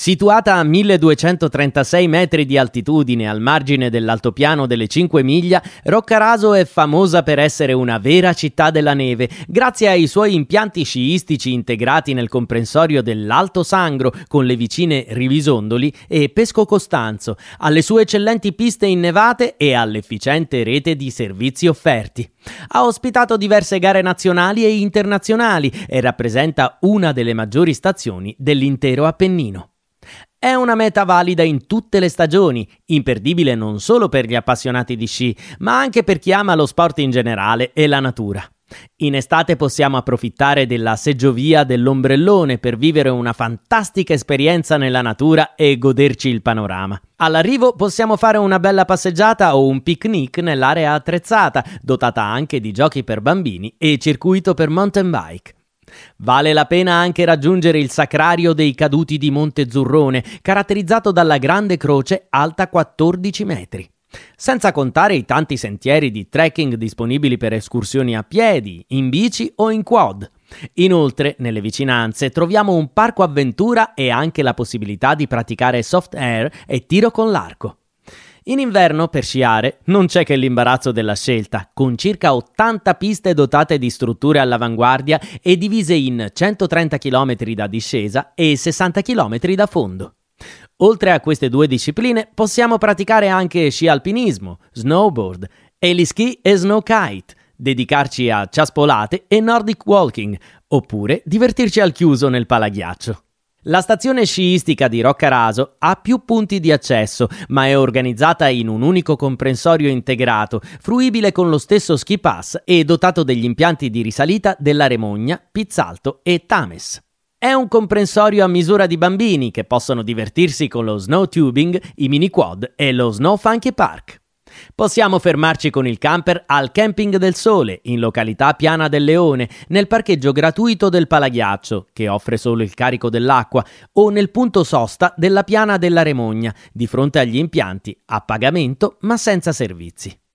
Situata a 1236 metri di altitudine al margine dell'altopiano delle 5 Miglia, Roccaraso è famosa per essere una vera città della neve, grazie ai suoi impianti sciistici integrati nel comprensorio dell'Alto Sangro con le vicine Rivisondoli e Pesco Costanzo, alle sue eccellenti piste innevate e all'efficiente rete di servizi offerti. Ha ospitato diverse gare nazionali e internazionali e rappresenta una delle maggiori stazioni dell'intero Appennino. È una meta valida in tutte le stagioni, imperdibile non solo per gli appassionati di sci, ma anche per chi ama lo sport in generale e la natura. In estate possiamo approfittare della seggiovia dell'Ombrellone per vivere una fantastica esperienza nella natura e goderci il panorama. All'arrivo possiamo fare una bella passeggiata o un picnic nell'area attrezzata, dotata anche di giochi per bambini e circuito per mountain bike. Vale la pena anche raggiungere il Sacrario dei Caduti di Monte Zurrone, caratterizzato dalla grande croce alta 14 metri. Senza contare i tanti sentieri di trekking disponibili per escursioni a piedi, in bici o in quad. Inoltre, nelle vicinanze troviamo un parco avventura e anche la possibilità di praticare soft air e tiro con l'arco. In inverno, per sciare, non c'è che l'imbarazzo della scelta, con circa 80 piste dotate di strutture all'avanguardia e divise in 130 km da discesa e 60 km da fondo. Oltre a queste due discipline, possiamo praticare anche sci alpinismo, snowboard, heliski e snow kite, dedicarci a ciaspolate e nordic walking, oppure divertirci al chiuso nel palaghiaccio. La stazione sciistica di Roccaraso ha più punti di accesso, ma è organizzata in un unico comprensorio integrato, fruibile con lo stesso ski pass e dotato degli impianti di risalita della Remogna, Pizzalto e Tames. È un comprensorio a misura di bambini che possono divertirsi con lo snow tubing, i mini quad e lo Snow Funky Park. Possiamo fermarci con il camper al Camping del Sole, in località Piana del Leone, nel parcheggio gratuito del Palaghiaccio, che offre solo il carico dell'acqua, o nel punto sosta della Piana della Remogna, di fronte agli impianti, a pagamento ma senza servizi.